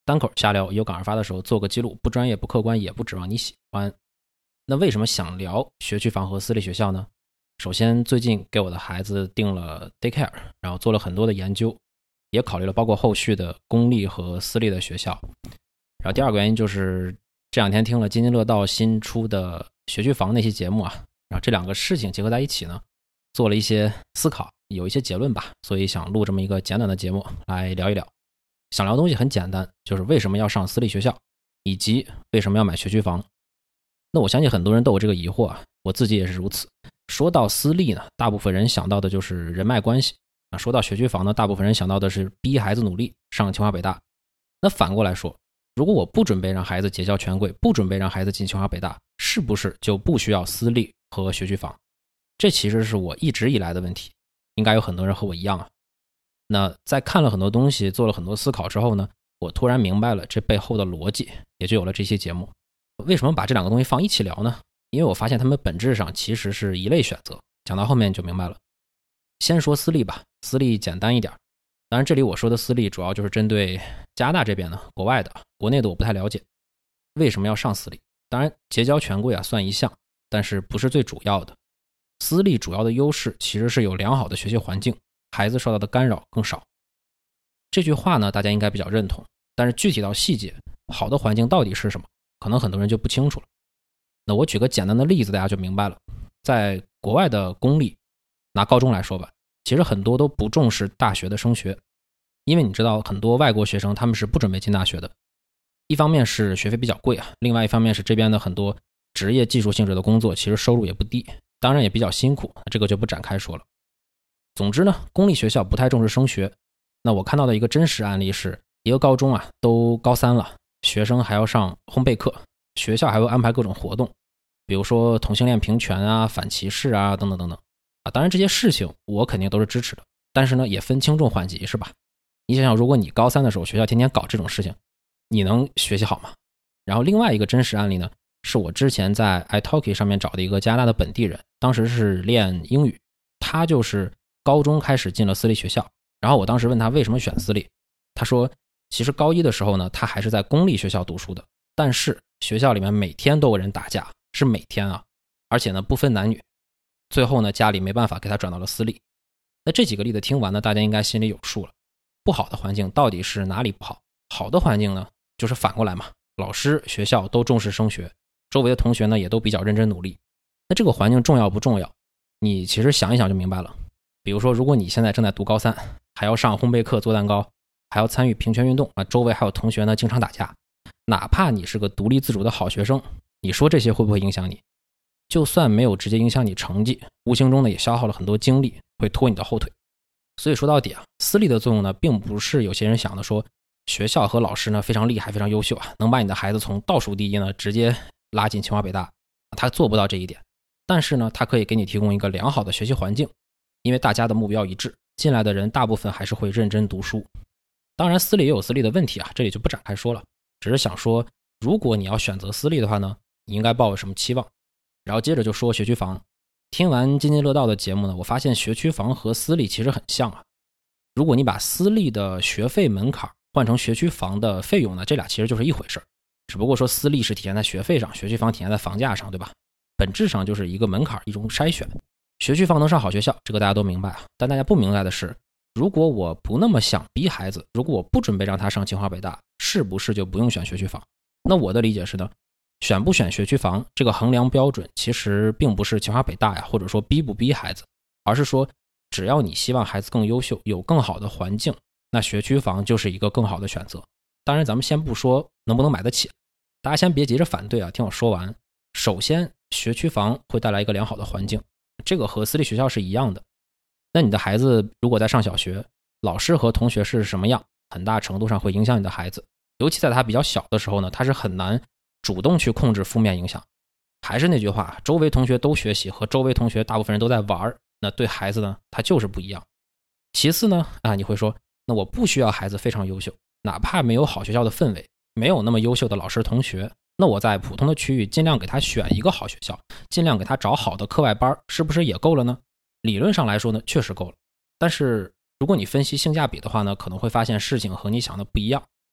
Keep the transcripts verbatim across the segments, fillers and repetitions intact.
单口瞎聊，有感而发的时候做个记录，不专业不客观，也不指望你喜欢。那为什么想聊学区房和私立学校呢？首先最近给我的孩子定了 daycare， 然后做了很多的研究，也考虑了包括后续的公立和私立的学校。然后第二个原因就是这两天听了津津乐道新出的学区房那些节目啊，然后这两个事情结合在一起呢，做了一些思考，有一些结论吧，所以想录这么一个简短的节目来聊一聊。想聊的东西很简单，就是为什么要上私立学校，以及为什么要买学区房。那我相信很多人都有这个疑惑啊，我自己也是如此。说到私立呢，大部分人想到的就是人脉关系啊；说到学区房呢，大部分人想到的是逼孩子努力上清华北大。那反过来说，如果我不准备让孩子结交权贵，不准备让孩子进清华北大，是不是就不需要私立和学区房？这其实是我一直以来的问题，应该有很多人和我一样啊。那在看了很多东西，做了很多思考之后呢，我突然明白了这背后的逻辑，也就有了这期节目。为什么把这两个东西放一起聊呢？因为我发现它们本质上其实是一类选择，讲到后面就明白了。先说私立吧，私立简单一点。当然这里我说的私立主要就是针对加拿大这边的，国外的，国内的我不太了解。为什么要上私立？当然结交权贵啊算一项，但是不是最主要的。私立主要的优势其实是有良好的学习环境，孩子受到的干扰更少。这句话呢，大家应该比较认同，但是具体到细节，好的环境到底是什么，可能很多人就不清楚了。那我举个简单的例子，大家就明白了。在国外的公立，拿高中来说吧，其实很多都不重视大学的升学，因为你知道很多外国学生他们是不准备进大学的。一方面是学费比较贵啊，另外一方面是这边的很多职业技术性质的工作其实收入也不低，当然也比较辛苦，这个就不展开说了。总之呢，公立学校不太重视升学。那我看到的一个真实案例是，一个高中啊，都高三了，学生还要上烘焙课，学校还会安排各种活动，比如说同性恋平权啊、反歧视啊等等等等啊。当然这些事情我肯定都是支持的，但是呢也分轻重缓急，是吧？你想想，如果你高三的时候学校天天搞这种事情，你能学习好吗？然后另外一个真实案例呢，是我之前在 italki 上面找的一个加拿大的本地人，当时是练英语，他就是高中开始进了私立学校，然后我当时问他为什么选私立，他说其实高一的时候呢，他还是在公立学校读书的，但是学校里面每天都有人打架，是每天啊，而且呢不分男女，最后呢家里没办法给他转到了私立。那这几个例子听完呢，大家应该心里有数了。不好的环境到底是哪里不好？好的环境呢，就是反过来嘛，老师学校都重视升学，周围的同学呢也都比较认真努力。那这个环境重要不重要？你其实想一想就明白了。比如说如果你现在正在读高三，还要上烘焙课做蛋糕，还要参与平权运动啊，周围还有同学呢经常打架，哪怕你是个独立自主的好学生，你说这些会不会影响你？就算没有直接影响你成绩，无形中呢也消耗了很多精力，会拖你的后腿。所以说到底啊，私立的作用呢，并不是有些人想的说学校和老师呢非常厉害非常优秀啊，能把你的孩子从倒数第一呢直接拉进清华北大，他做不到这一点。但是呢，他可以给你提供一个良好的学习环境，因为大家的目标一致，进来的人大部分还是会认真读书。当然私立也有私立的问题啊，这里就不展开说了，只是想说如果你要选择私立的话呢，你应该抱有什么期望。然后接着就说学区房。听完津津乐道的节目呢，我发现学区房和私立其实很像啊。如果你把私立的学费门槛换成学区房的费用呢，这俩其实就是一回事，只不过说私立是体现在学费上，学区房体现在房价上，对吧？本质上就是一个门槛，一种筛选。学区房能上好学校，这个大家都明白啊。但大家不明白的是，如果我不那么想逼孩子，如果我不准备让他上清华北大，是不是就不用选学区房？那我的理解是呢，选不选学区房这个衡量标准其实并不是清华北大呀，或者说逼不逼孩子，而是说只要你希望孩子更优秀，有更好的环境，那学区房就是一个更好的选择。当然咱们先不说能不能买得起，大家先别急着反对啊，听我说完。首先学区房会带来一个良好的环境，这个和私立学校是一样的。那你的孩子如果在上小学，老师和同学是什么样，很大程度上会影响你的孩子，尤其在他比较小的时候呢，他是很难主动去控制负面影响。还是那句话，周围同学都学习和周围同学大部分人都在玩，那对孩子呢他就是不一样。其次呢啊，你会说那我不需要孩子非常优秀，哪怕没有好学校的氛围，没有那么优秀的老师同学，那我在普通的区域尽量给他选一个好学校，尽量给他找好的课外班，是不是也够了呢？理论上来说呢确实够了，但是如果你分析性价比的话呢，可能会发现事情和你想的不一样。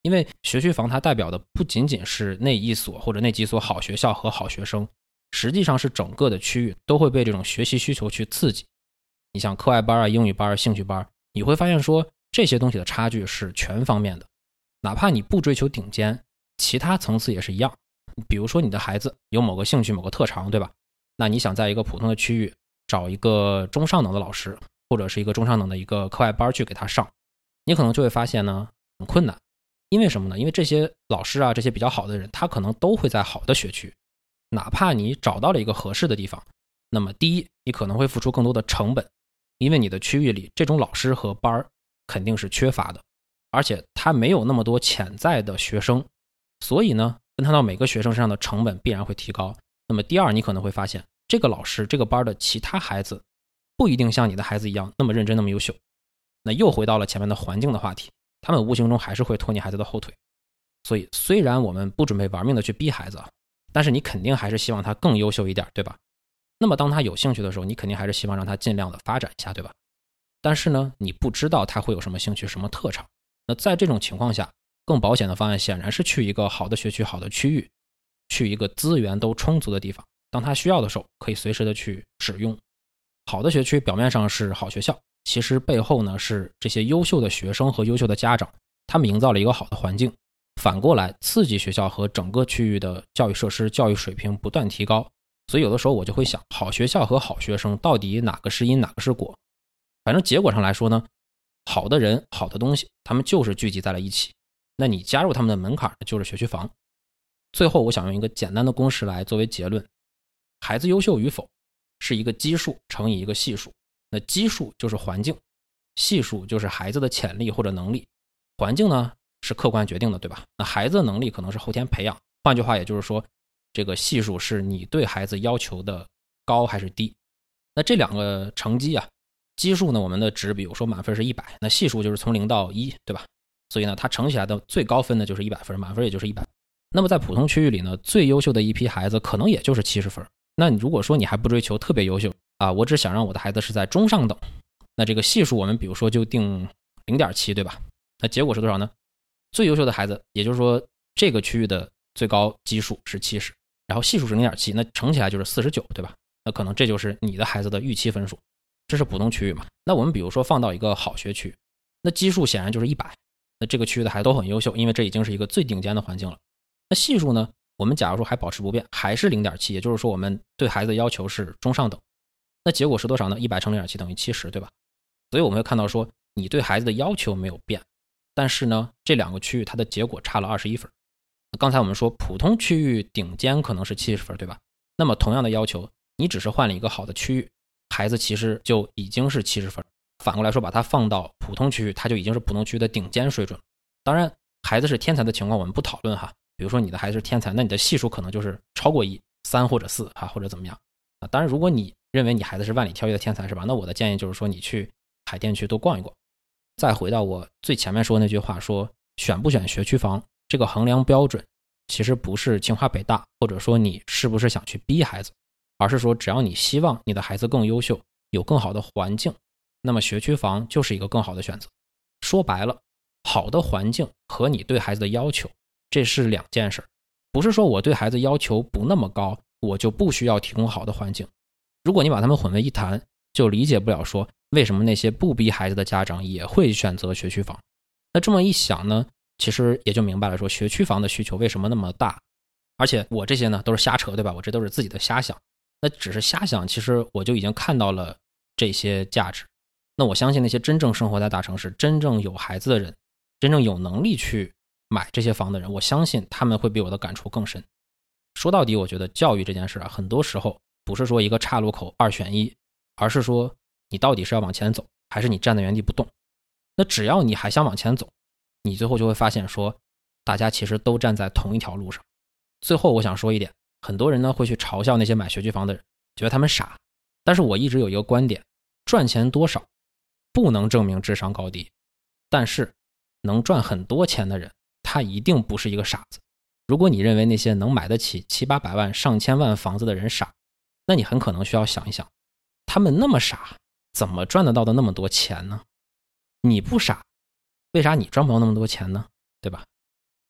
因为学区房它代表的不仅仅是那一所或者那几所好学校和好学生，实际上是整个的区域都会被这种学习需求去刺激。你像课外班啊、英语班啊、兴趣班，你会发现说这些东西的差距是全方面的，哪怕你不追求顶尖，其他层次也是一样。比如说你的孩子有某个兴趣、某个特长，对吧？那你想在一个普通的区域找一个中上等的老师，或者是一个中上等的一个课外班去给他上，你可能就会发现呢很困难。因为什么呢？因为这些老师啊，这些比较好的人，他可能都会在好的学区。哪怕你找到了一个合适的地方，那么第一，你可能会付出更多的成本，因为你的区域里这种老师和班肯定是缺乏的，而且他没有那么多潜在的学生，所以呢，分摊到每个学生身上的成本必然会提高。那么第二，你可能会发现这个老师这个班的其他孩子不一定像你的孩子一样那么认真那么优秀。那又回到了前面的环境的话题，他们无形中还是会拖你孩子的后腿。所以虽然我们不准备玩命的去逼孩子，但是你肯定还是希望他更优秀一点，对吧？那么当他有兴趣的时候，你肯定还是希望让他尽量的发展一下，对吧？但是呢，你不知道他会有什么兴趣、什么特长。那在这种情况下，更保险的方案显然是去一个好的学区、好的区域，去一个资源都充足的地方，当他需要的时候可以随时的去使用。好的学区表面上是好学校，其实背后呢是这些优秀的学生和优秀的家长，他们营造了一个好的环境，反过来刺激学校和整个区域的教育设施、教育水平不断提高。所以有的时候我就会想，好学校和好学生到底哪个是因哪个是果？反正结果上来说呢，好的人、好的东西，他们就是聚集在了一起。那你加入他们的门槛就是学区房。最后我想用一个简单的公式来作为结论，孩子优秀与否是一个基数乘以一个系数。那基数就是环境，系数就是孩子的潜力或者能力。环境呢是客观决定的，对吧？那孩子的能力可能是后天培养，换句话也就是说，这个系数是你对孩子要求的高还是低。那这两个成绩啊，基数呢我们的值比如说满分是一百，那系数就是从零到一，对吧？所以呢它乘起来的最高分呢就是一百分，满分也就是一百。那么在普通区域里呢，最优秀的一批孩子可能也就是七十分。那你如果说你还不追求特别优秀啊，我只想让我的孩子是在中上等，那这个系数我们比如说就定 零点七， 对吧？那结果是多少呢？最优秀的孩子，也就是说这个区域的最高基数是七十，然后系数是 零点七， 那乘起来就是四十九，对吧？那可能这就是你的孩子的预期分数。这是普通区域嘛。那我们比如说放到一个好学区，那基数显然就是一百，那这个区域的孩子都很优秀，因为这已经是一个最顶尖的环境了。那系数呢，我们假如说还保持不变，还是 零点七， 也就是说我们对孩子的要求是中上等。那结果是多少呢？一百乘 零点七 等于七十，对吧？所以我们会看到说，你对孩子的要求没有变，但是呢，这两个区域它的结果差了二十一分。刚才我们说普通区域顶尖可能是七十分，对吧？那么同样的要求，你只是换了一个好的区域，孩子其实就已经是七十分。反过来说，把它放到普通区域，它就已经是普通区域的顶尖水准。当然，孩子是天才的情况我们不讨论哈。比如说你的孩子是天才，那你的系数可能就是超过一，三或者四哈，或者怎么样啊？当然，如果你认为你孩子是万里挑一的天才，是吧？那我的建议就是说，你去海淀区多逛一逛。再回到我最前面说那句话，说选不选学区房这个衡量标准，其实不是清华北大，或者说你是不是想去逼孩子，而是说只要你希望你的孩子更优秀，有更好的环境，那么学区房就是一个更好的选择。说白了，好的环境和你对孩子的要求，这是两件事。不是说我对孩子要求不那么高，我就不需要提供好的环境。如果你把它们混为一谈，就理解不了说为什么那些不逼孩子的家长也会选择学区房。那这么一想呢，其实也就明白了说学区房的需求为什么那么大。而且我这些呢都是瞎扯，对吧？我这都是自己的瞎想。那只是瞎想，其实我就已经看到了这些价值。那我相信那些真正生活在大城市、真正有孩子的人、真正有能力去买这些房的人，我相信他们会比我的感触更深。说到底，我觉得教育这件事啊，很多时候不是说一个岔路口二选一，而是说你到底是要往前走，还是你站在原地不动。那只要你还想往前走，你最后就会发现说，大家其实都站在同一条路上。最后我想说一点，很多人呢会去嘲笑那些买学区房的人，觉得他们傻。但是我一直有一个观点，赚钱多少不能证明智商高低，但是能赚很多钱的人，他一定不是一个傻子。如果你认为那些能买得起七八百万、上千万房子的人傻，那你很可能需要想一想，他们那么傻，怎么赚得到的那么多钱呢？你不傻，为啥你赚不到那么多钱呢？对吧？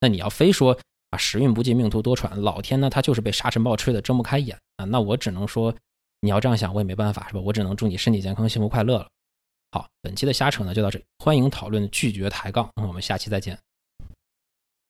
那你要非说啊时运不济命途多舛，老天呢他就是被沙尘暴吹得睁不开眼啊，那我只能说你要这样想我也没办法是吧？我只能祝你身体健康幸福快乐了。好，本期的瞎扯呢就到这里，欢迎讨论拒绝抬杠，我们下期再见。